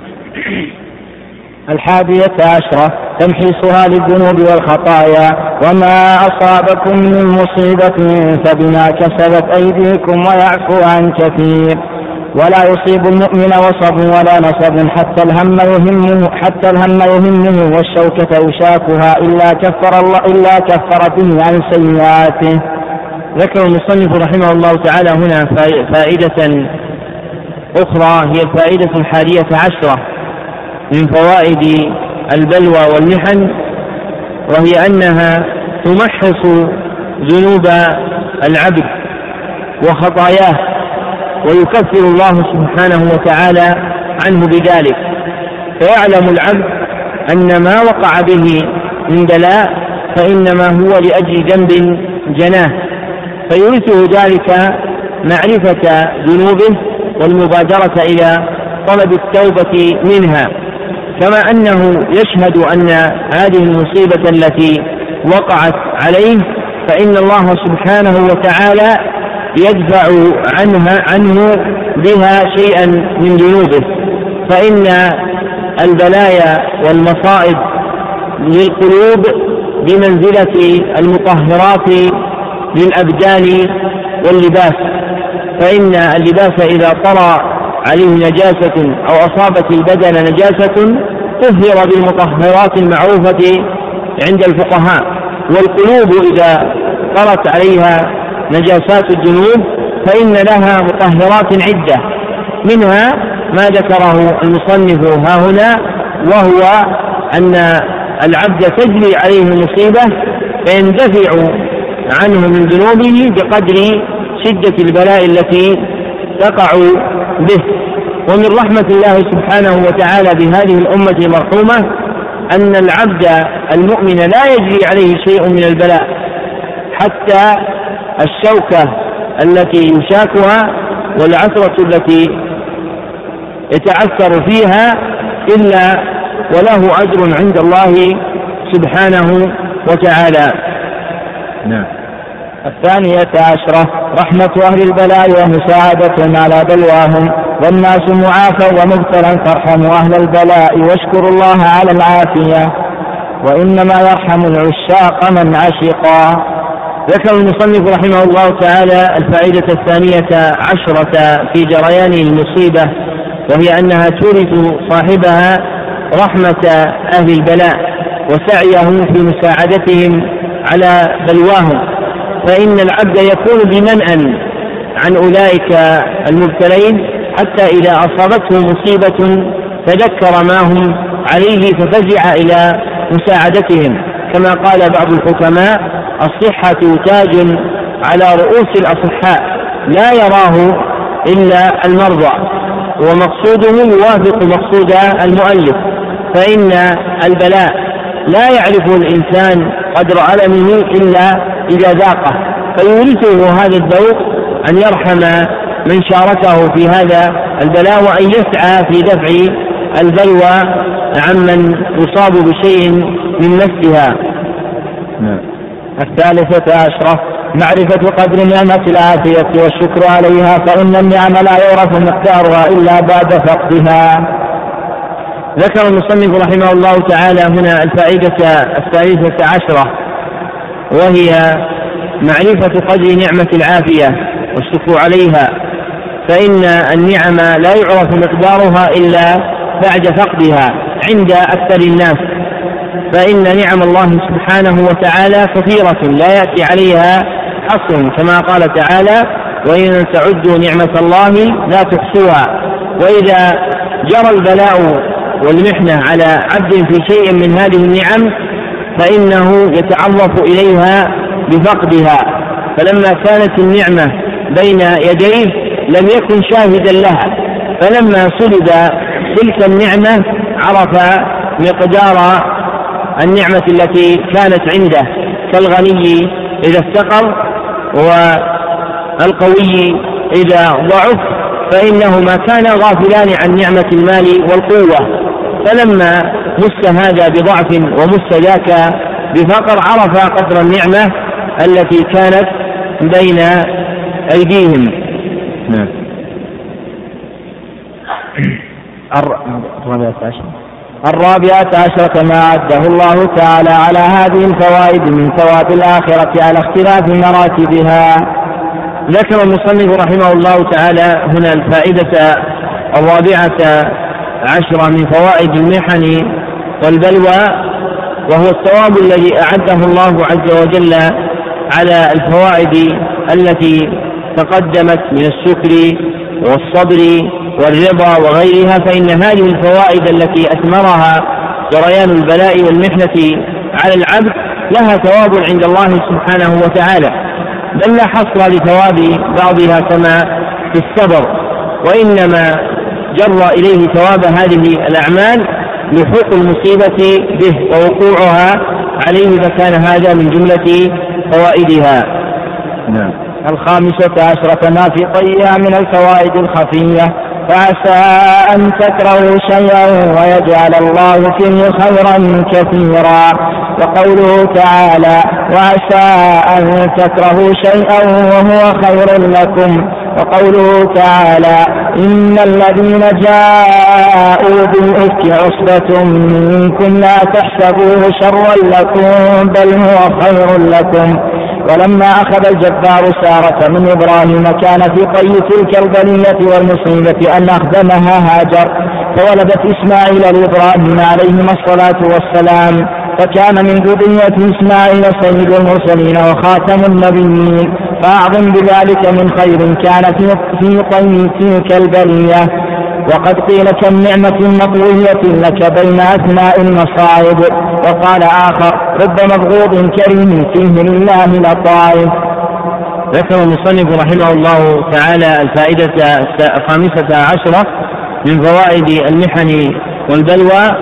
الحادية عشرة تمحيصها للذنوب والخطايا. وما أصابكم من مصيبة فبما كسبت أيديكم ويعفو عن كثير. ولا يصيب المؤمن وصب ولا نصب حتى الهم يهمه حتى الهم يهمه والشوكة يشاكها إلا كفر الله إلا كفر به عن سيئاته. ذكر المصنف رحمه الله تعالى هنا فائدة أخرى، هي الفائدة الحادية عشرة من فوائد البلوى والمحن، وهي أنها تمحص ذنوب العبد وخطاياه، ويكفر الله سبحانه وتعالى عنه بذلك. فيعلم العبد أن ما وقع به من بلاء فإنما هو لأجل ذنب جناه، فيورثه ذلك معرفة ذنوبه والمبادرة إلى طلب التوبة منها، كما أنه يشهد أن هذه المصيبة التي وقعت عليه فإن الله سبحانه وتعالى يدفع عنها عنه بها شيئا من ذنوبه. فإن البلايا والمصائب للقلوب بمنزلة المطهرات للأبدان واللباس، فإن اللباس إذا طرى عليه نجاسة أو أصابت البدن نجاسة طهر بالمطهرات المعروفة عند الفقهاء. والقلوب إذا طرت عليها نجاسات الذنوب فإن لها مطهرات عدة، منها ما ذكره المصنف ها هنا، وهو أن العبد تجري عليه المصيبة فيندفع عنه من ذنوبه بقدر شدة البلاء التي تقع به. ومن رحمة الله سبحانه وتعالى بهذه الأمة المرحومة أن العبد المؤمن لا يجري عليه شيء من البلاء، حتى الشوكة التي يشاكها والعثرة التي يتعثر فيها إلا وله أجر عند الله سبحانه وتعالى. نعم. الثانية عشرة رحمة أهل البلاء ومساعدتهم على بلواهم، والناس معافى ومبتلى فارحموا أهل البلاء واشكروا الله على العافية، وإنما يرحم العشاق من عشقا. ذكر المصنف رحمه الله تعالى الفائدة الثانية عشرة في جريان المصيبة، وهي أنها تورث صاحبها رحمة أهل البلاء وسعيهم في مساعدتهم على بلواهم، فإن العبد يكون بمنأى عن أولئك المبتلين حتى إذا أصابته مصيبة تذكر ما هم عليه ففزع إلى مساعدتهم، كما قال بعض الحكماء: الصحة تاج على رؤوس الأصحاء لا يراه إلا المرضى. ومقصوده يوافق مقصود المؤلف، فإن البلاء لا يعرف الإنسان قدر ألمه إلا إذا ذاقه، فيورثه هذا الذوق أن يرحم من شاركه في هذا البلاء، وأن يسعى في دفع البلوى عمن يصاب بشيء من نفسها. الثالثة عشرة معرفة قدر نعمة العافية والشكر عليها، فإن النعم لا يعرف مقدارها إلا بعد فقدها. ذكر المصنف رحمه الله تعالى هنا الفائدة الثالثة عشرة، وهي معرفة قدر نعمة العافية والشكر عليها، فإن النعم لا يعرف مقدارها إلا بعد فقدها عند أكثر الناس، فإن نعم الله سبحانه وتعالى كثيرة لا يأتي عليها حصر، كما قال تعالى: وإن تعدوا نعمة الله لا تحصوها. وإذا جرى البلاء والمحنة على عبد في شيء من هذه النعم فإنه يتعرف إليها بفقدها، فلما كانت النعمة بين يديه لم يكن شاهدا لها، فلما سلب تلك النعمة عرف مقدار النعمة التي كانت عنده، كالغني إذا افتقر والقوي إذا ضعف، فإنهما كانا غافلان عن نعمة المال والقوة، فلما مس هذا بضعف ومس ذاك بفقر عرف قدر النعمة التي كانت بين أيديهم. نعم. الرابعة عشرة ما عده الله تعالى على هذه الفوائد من ثواب الآخرة على اختلاف مراتبها. ذكر المصنف رحمه الله تعالى هنا الفائدة الرابعة عشرة من فوائد المحن والبلوى، وهو الثواب الذي أعده الله عز وجل على الفوائد التي تقدمت من الشكر والصبر والرضا وغيرها، فإن هذه الفوائد التي أثمرها جريان البلاء والمحنة على العبد لها ثواب عند الله سبحانه وتعالى، بل لا حصر لثواب بعضها كما في الصبر، وإنما جر إليه ثواب هذه الأعمال لحوق المصيبة به ووقوعها عليه، فكان هذا من جملة فوائدها. نعم. الخامسة عشرة ما في طيها من الفوائد الخفية، فعسى أن تكرهوا شيئا ويجعل الله فيه خيرا كثيرا. وقوله تعالى: وعسى أن تكرهوا شيئا وهو خير لكم. وقوله تعالى: إن الذين جاءوا بالإفك عصبة منكم لا تحسبوه شرا لكم بل هو خير لكم. ولما أخذ الجبار سارة من إبراهيم كان في طي تلك البلية والمصيبة أن أخدمها هاجر، فولدت إسماعيل لإبراهيم عليهما الصلاة والسلام، فكان من ذرية إسماعيل سيد المرسلين وخاتم النبيين، فأعظم بذلك من خير كان في طي تلك البلية. وقد قيل كم نعمة مطوية لك بين أثناء المصائب. وقال آخر رب مبغوض كريم فيه لله لطائف. ذكر المصنف رحمه الله تعالى الفائدة الخامسة عشرة من فوائد المحن والبلوى،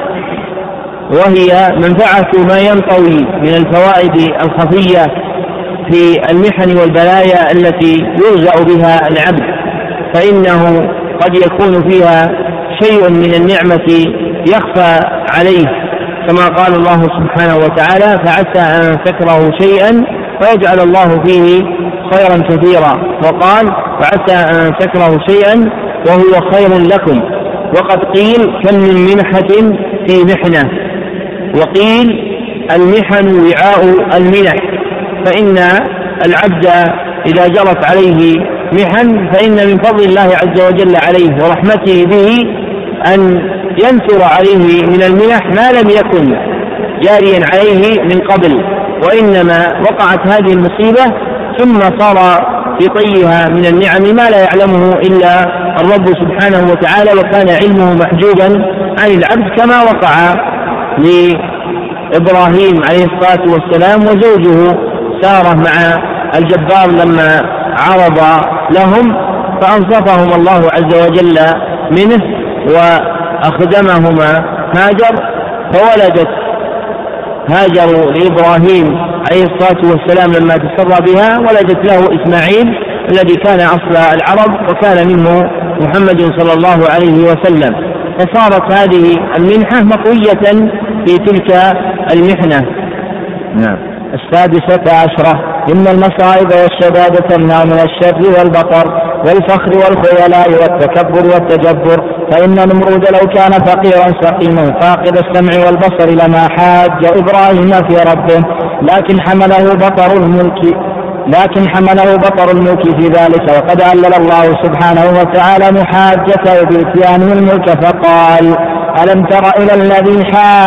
وهي منفعة ما ينطوي من الفوائد الخفية في المحن والبلايا التي يرزق بها العبد، فإنه قد يكون فيها شيء من النعمة يخفى عليه، كما قال الله سبحانه وتعالى فعسى أن تكرهوا شيئا فيجعل الله فيه خيرا كثيرا، وقال فعسى أن تكرهوا شيئا وهو خير لكم. وقد قيل كم من منحة في محنة، وقيل المحن وعاء المنح، فإن العبد إذا جرت عليه محن فإن من فضل الله عز وجل عليه ورحمته به أن ينثر عليه من المنح ما لم يكن جاريا عليه من قبل، وإنما وقعت هذه المصيبة ثم صار في طيها من النعم ما لا يعلمه إلا الرب سبحانه وتعالى، وكان علمه محجوبا عن العبد، كما وقع لإبراهيم عليه الصلاة والسلام وزوجه سارة مع الجبار لما عرض لهم فأنصفهم الله عز وجل منه وأخدمهما هاجر، فولدت هاجر لإبراهيم عليه الصلاة والسلام لما تسرى بها ولدت له إسماعيل الذي كان أصل العرب وكان منه محمد صلى الله عليه وسلم، فصارت هذه المنحة مطوية في تلك المحنة. نعم. السادسة عشرة إن المصائب والشدائد تمنع من الشر والبطر والفخر والخيلاء والتكبر والتجبر، فإن نمرود لو كان فقيرا سقيما فاقد السمع والبصر لما حاج إبراهيم في ربه، لكن حمله بطر الملك لكن حمله بطر الملك في ذلك، وقد علل الله سبحانه وتعالى محاجته بإتيانه الملك فقال ألم تر إلى الذي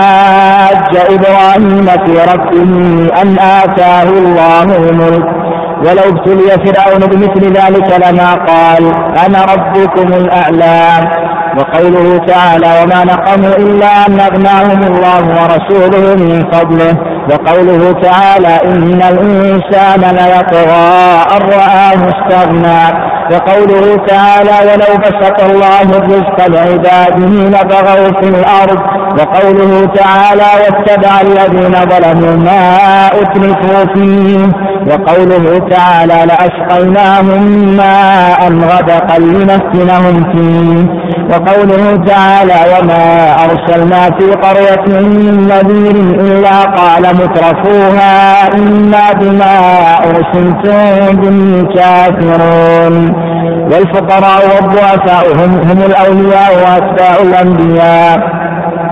حاج إبراهيم في ربه أن آتاه الله الملك ولو ابتلي فرعون بمثل ذلك لما قال أنا ربكم الأعلى. وقوله تعالى وما نقموا إلا أن أغناهم الله ورسوله من فضله. وقوله تعالى إن الإنسان ليطغى أن رآه استغنى. وقوله تعالى ولو بسط الله الرزق لعباده لبغوا في الأرض. وقوله تعالى واتبع الذين ظلموا ما أترفوا فيه. وقوله تعالى لأسقيناهم ماء غدقا لنفتنهم فيه. وقوله تعالى وما أرسلنا في قرية من نذير إلا قال مترفوها إنا بما أرسلتم به كافرون. والفقراء والضعفاء هم, هم الأولياء وأتباع الأنبياء.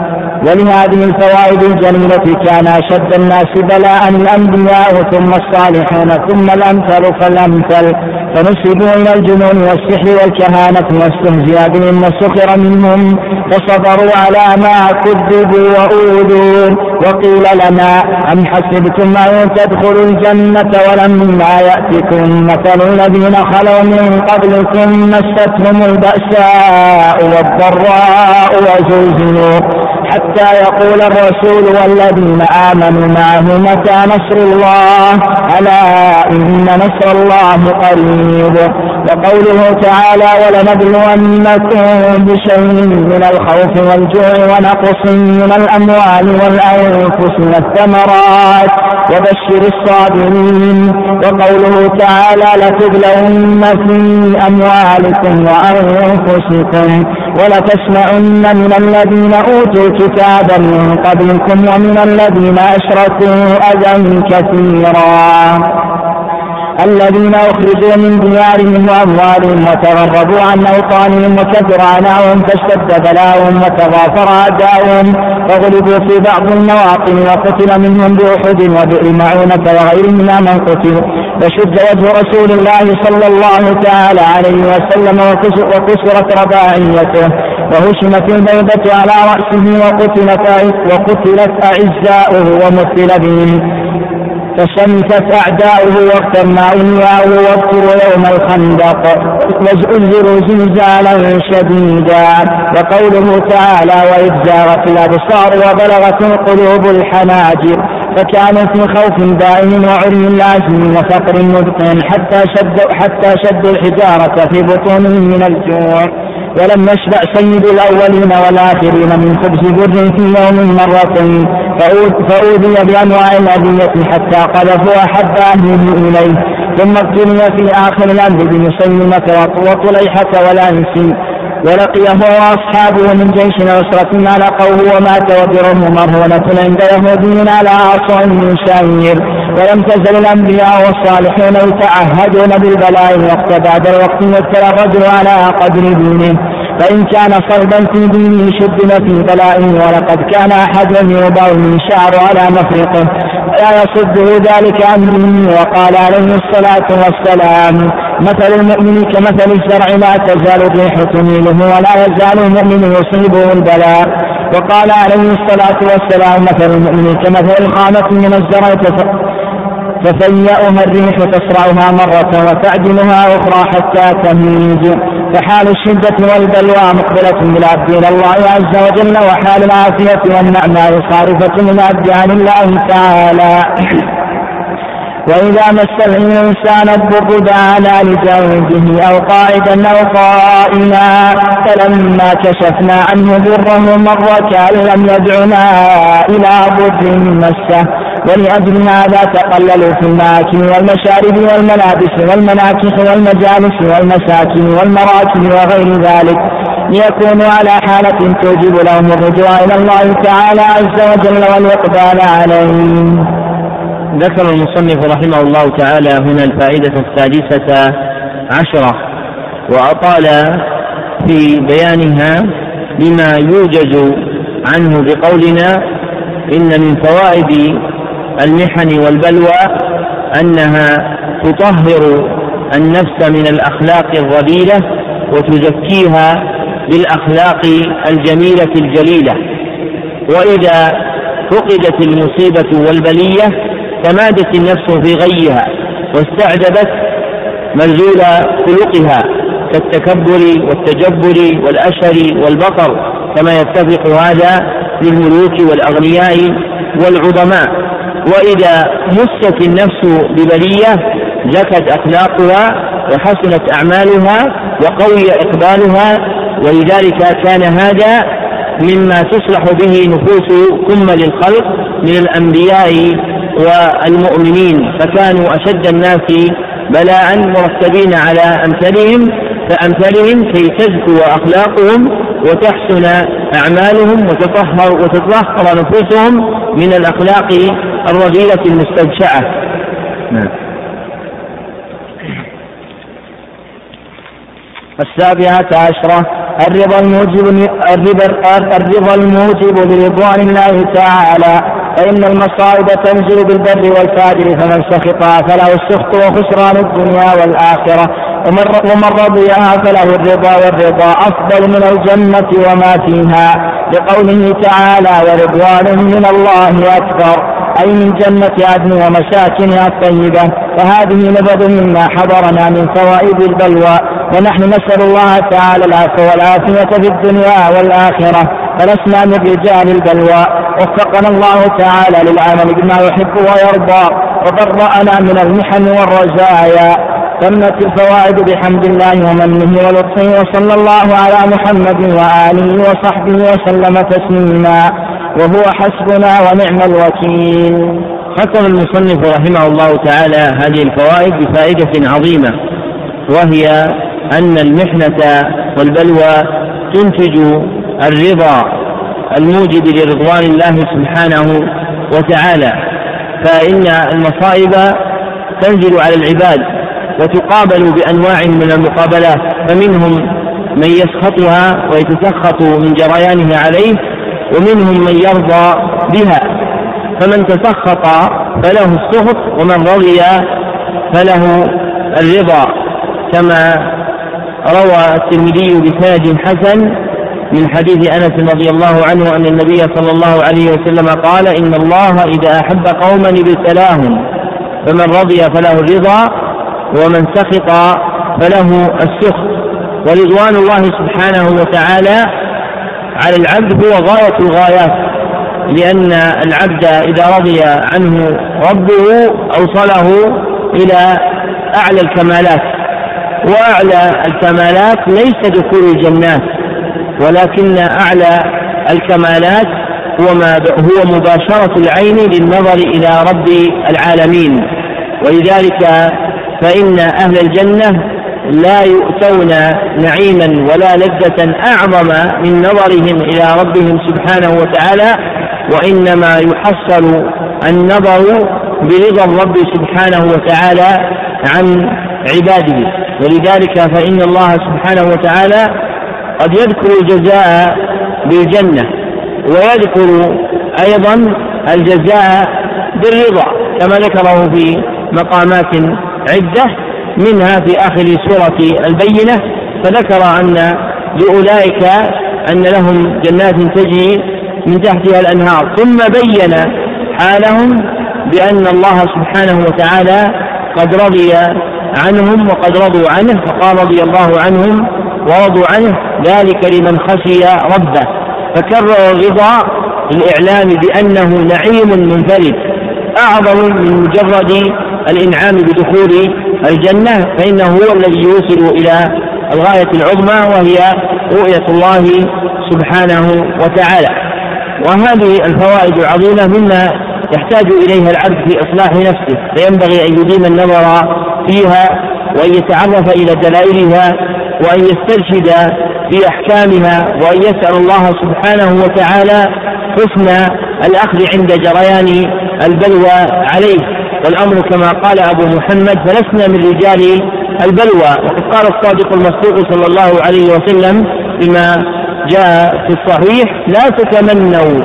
ولهذه الفوائد الجليلة كان أشد الناس بلاء الأنبياء ثم الصالحون ثم الأمثل فالأمثل، فنسبوا إلى الجنون والسحر والكهانة واستهزئ بهم وسخر منهم فصبروا على ما كذبوا وأوذوا. وقيل لنا أم حسبتم أن تدخلوا الجنة ولما يأتكم مثل الذين خلوا من قبلكم مستهم البأساء والضراء وزلزلوا حتى يقول الرسول والذين آمنوا معه متى نصر الله ألا إن نصر الله قريب. وقوله تعالى ولنبلونكم بشيء من الخوف والجوع ونقص من الأموال والأنفس والثمرات وبشر الصابرين. وقوله تعالى لتبلون في أموالكم وأنفسكم ولتسمعن من الذين أوتوا الكتاب من قبلكم ومن الذين أشركوا أذى كثيرا. الذين أخرجوا من ديارهم وأموالهم وتغربوا عن أوطانهم وكثر عناهم فاشتد بلاؤهم وتضافر أعداؤهم فغلبوا في بعض المواطن وقتل منهم بأحد وبئر معونة وغيرهما من قتل وشد وجه رسول الله صلى الله تعالى عليه وسلم وكسرت رباعيته وهشمت البيضة على رأسه وقتلت, وقتلت أعزاؤه ومثل بهم فشمست أعداؤه واغتموا إياه واذكروا يوم الخندق وزلزلوا زلزالا شديدا. وقوله تعالى وإذ زاغت الأبصار وبلغت القلوب الحناجر فكانوا في خوف دائم وعري لازم وفقر مدقن حتى شدوا حتى شدوا الحجارة في بطونهم من الجوع. ولم يشبع سيد الأولين والآخرين من خبز بر في يوم مرة فأوذي بأنواع الأذية حتى قذفوا أحب أهله إليه ثم ابتلي في آخر الأمر بمسيلمة وطليحة والأنس ولقيه وأصحابه من جيش نصرة لقوه ومات وبره مرهونة عند يهودين على عصا من شعير. ولم تزل الأنبياء والصالحون يتعهدون بالبلاء الوقت بعد الوقت يبتلى الرجل على قدر دينه فإن كان صلبا في دينه شدد في بلائه ولقد كان أحد يوضع من شعر على مفرقه لا يصده ذلك عن دينه. وقال عليه الصلاة والسلام مثل المؤمن كمثل الزرع لا تزال الريح تميله ولا يزال المؤمن يصيبه البلاء. وقال عليه الصلاة والسلام مثل المؤمن كمثل الخامة من الزرع تفيأها الريح تصرعها مرة وتعدلها أخرى حتى تهيج. فحال الشدة والبلوى مقبلة بالعبد إلى الله عز وجل وحال العافية والنعماء صارفة للعبد عن الله تعالى. وإذا مس الإنسان الضر دعانا لجنبه أو قاعدا أو قائما فلما كشفنا عنه ضره مر كأن لم يدعنا إلى ضر مسه. ولأجل هذا تقللوا في المآكل والمشارب والملابس والمناكح والمجالس والمساكن والمراكب وغير ذلك ليكونوا على حالة توجب لهم الرجوع إلى الله تعالى عز وجل والإقبال عليه. ذكر المصنف رحمه الله تعالى هنا الفائدة السادسة عشرة وأطال في بيانها بما يوجز عنه بقولنا إن من فوائد المحن والبلوى أنها تطهر النفس من الأخلاق الرذيلة وتزكيها بالأخلاق الجميلة الجليلة. وإذا فقدت المصيبة والبلية تمادت النفس في غيها واستعجبت مزول خلقها كالتكبر والتجبر والأشر والبطر كما يتفق هذا للملوك والأغنياء والعظماء. وإذا مست النفس ببلية زكت أخلاقها وحسنت أعمالها وقوي إقبالها. ولذلك كان هذا مما تصلح به نفوس كمل الخلق من الأنبياء والمؤمنين فكانوا أشد الناس بلاء مرتبين على أمثالهم فأمثالهم كي تزكو أخلاقهم وتحسن أعمالهم وتطهر وتطهر نفوسهم من الأخلاق الرذيلة المستبشعة. السابعة عشرة الرضا الموجب الرضا الموجب برضوان الله تعالى. فإن المصائب تنزل بالبر والفاجر فمن سخطها فله السخط وخسران الدنيا والآخرة ومن رضيها فله الرضا والرضا أفضل من الجنة وما فيها لقوله تعالى ورضوان من الله أكبر أي من جنة عدن ومساكنها الطيبة. فهذه نبذ مما حضرنا من فوائد البلوى ونحن نسأل الله تعالى العفو والعافية في الدنيا والآخرة فلسنا من رجال البلوى. وفقنا الله تعالى للعمل بما يحب ويرضى وبرأنا من المحن والرزايا. تمت الفوائد بحمد الله ومنه ولطفه وصلى الله على محمد وآله وصحبه وسلم تسليما وهو حسبنا ونعم الوكيل. ختم المصنف رحمه الله تعالى هذه الفوائد بفائدة عظيمة وهي أن المحنة والبلوى تنتج الرضا الموجب لرضوان الله سبحانه وتعالى. فإن المصائب تنزل على العباد وتقابل بأنواع من المقابلات، فمنهم من يسخطها ويتسخط من جريانها عليه، ومنهم من يرضى بها، فمن تسخط فله السخط ومن رضي فله الرضا، كما روى الترمذي بسند حسن من حديث أنس رضي الله عنه أن النبي صلى الله عليه وسلم قال: إن الله إذا أحب قوما ابتلاهم، فمن رضي فله الرضا ومن سخط فله السخط. ورضوان الله سبحانه وتعالى على العبد هو غاية الغايات، لأن العبد إذا رضي عنه ربه أوصله إلى أعلى الكمالات، وأعلى الكمالات ليس دخول الجنات، ولكن أعلى الكمالات هو, ما هو مباشرة العين للنظر إلى رب العالمين. ولذلك فإن أهل الجنة لا يؤتون نعيما ولا لذة أعظم من نظرهم إلى ربهم سبحانه وتعالى، وإنما يحصل النظر برضا الرب سبحانه وتعالى عن عباده. ولذلك فإن الله سبحانه وتعالى قد يذكر الجزاء بالجنة، ويذكر أيضا الجزاء بالرضا كما ذكره في مقامات عدة، منها في آخر سورة البينة، فذكر أن لأولئك أن لهم جنات تجري من تحتها الأنهار، ثم بين حالهم بأن الله سبحانه وتعالى قد رضي عنهم وقد رضوا عنه، فقال: رضي الله عنهم ورضوا عنه ذلك لمن خشي ربه. فكرر الرضا للإعلام بأنه نعيم منفرد أعظم من مجرد الإنعام بدخول الجنة، فإنه هو الذي يوصل إلى الغاية العظمى وهي رؤية الله سبحانه وتعالى. وهذه الفوائد العظيمة مما يحتاج إليها العبد في إصلاح نفسه، فينبغي أن يديم النظر فيها وأن يتعرف إلى دلائلها وأن يسترشد في أحكامها، وأن يسأل الله سبحانه وتعالى حسن الأخذ عند جريان البلوى عليه. والأمر كما قال أبو محمد: فلسنا من رجال البلوى. وقد قال الصادق المصدوق صلى الله عليه وسلم بما جاء في الصحيح: لا تتمنوا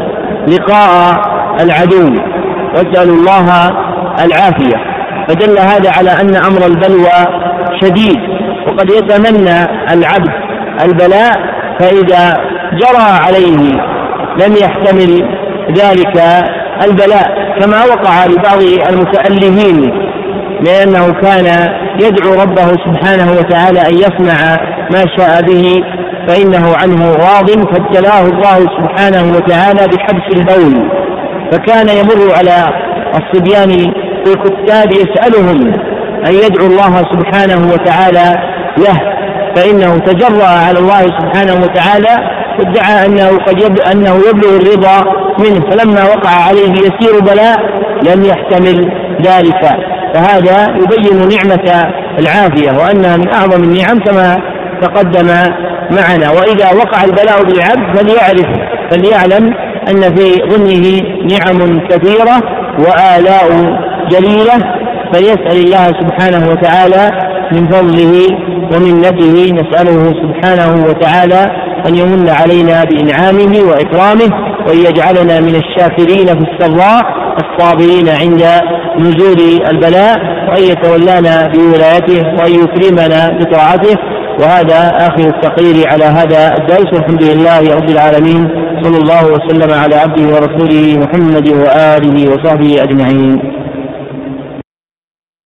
لقاء العدو واسألوا الله العافية. فدل هذا على أن أمر البلوى شديد، وقد يتمنى العبد البلاء، فإذا جرى عليه لم يحتمل ذلك البلاء، كما وقع لبعض المتألهين، لأنه كان يدعو ربه سبحانه وتعالى أن يصنع ما شاء به فإنه عنه راض، فابتلاه الله سبحانه وتعالى بحبس البول، فكان يمر على الصبيان والكتاب يسألهم أن يدعو الله سبحانه وتعالى له، فإنه تجرأ على الله سبحانه وتعالى وادعى أنه قد يب... أنه يبلغ الرضا منه، فلما وقع عليه يسير بلاء لم يحتمل ذلك. فهذا يبين نعمة العافية وأنها من أعظم النعم كما تقدم معنا. وإذا وقع البلاء بالعبد فليعرف فليعلم أن في ظنه نعم كثيرة وآلاء جليلة، فليسأل الله سبحانه وتعالى من فضله ومنته. نسأله سبحانه وتعالى أن يمن علينا بإنعامه وإكرامه، وأن يجعلنا من الشاكرين في السراء الصابرين عند نزول البلاء، وأن يتولانا بولايته، وأن يكرمنا بطاعته. وهذا آخر التقرير على هذا الدرس، والحمد لله رب العالمين، صلى الله وسلم على عبده ورسوله محمد وآله وصحبه أجمعين.